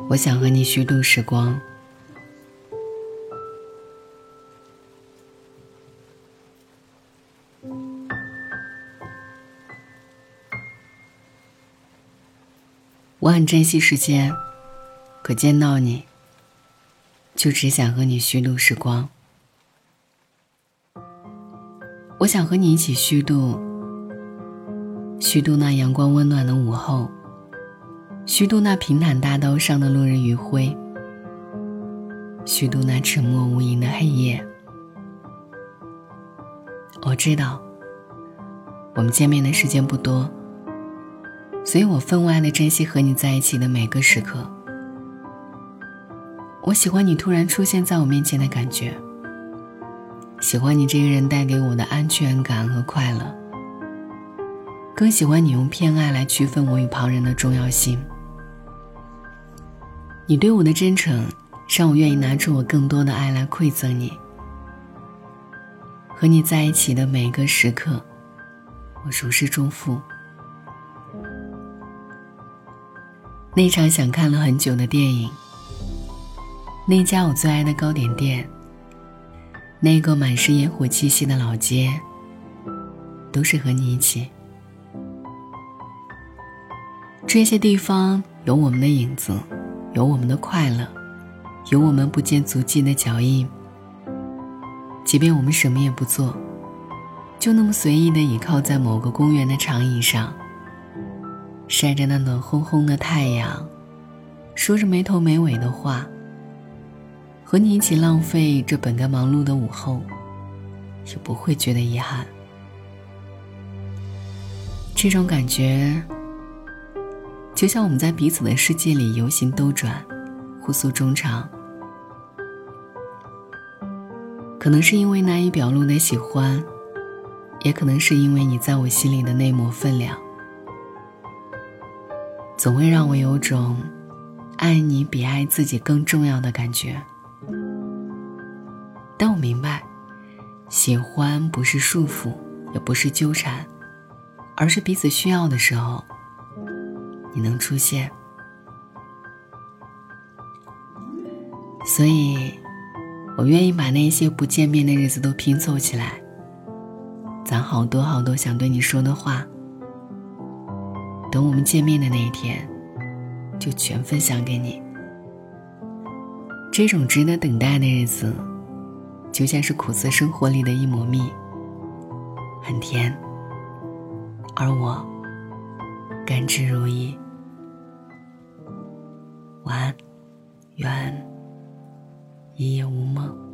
我想和你虚度时光。我很珍惜时间，可见到你，就只想和你虚度时光。我想和你一起虚度那阳光温暖的午后，虚度那平坦大道上的落日余晖，虚度那沉默无垠的黑夜。我知道我们见面的时间不多，所以我分外的珍惜和你在一起的每个时刻。我喜欢你突然出现在我面前的感觉，喜欢你这个人带给我的安全感和快乐，更喜欢你用偏爱来区分我与旁人的重要性。你对我的真诚，让我愿意拿出我更多的爱来馈赠你。和你在一起的每个时刻，我如释重负。那场想看了很久的电影，那家我最爱的糕点店，那个满是烟火气息的老街，都是和你一起。这些地方有我们的影子，有我们的快乐，有我们不见足迹的脚印。即便我们什么也不做，就那么随意地倚靠在某个公园的长椅上，晒着那暖烘烘的太阳，说着没头没尾的话，和你一起浪费这本该忙碌的午后，也不会觉得遗憾。这种感觉就像我们在彼此的世界里游行兜转，互诉衷肠。可能是因为难以表露的喜欢，也可能是因为你在我心里的那抹分量，总会让我有种爱你比爱自己更重要的感觉。但我明白，喜欢不是束缚，也不是纠缠，而是彼此需要的时候，你能出现。所以我愿意把那些不见面的日子都拼凑起来，攒好多好多想对你说的话，等我们见面的那一天，就全分享给你。这种值得等待的日子，就像是苦涩生活里的一抹蜜，很甜，而我甘之如饴。晚安，愿一夜无梦。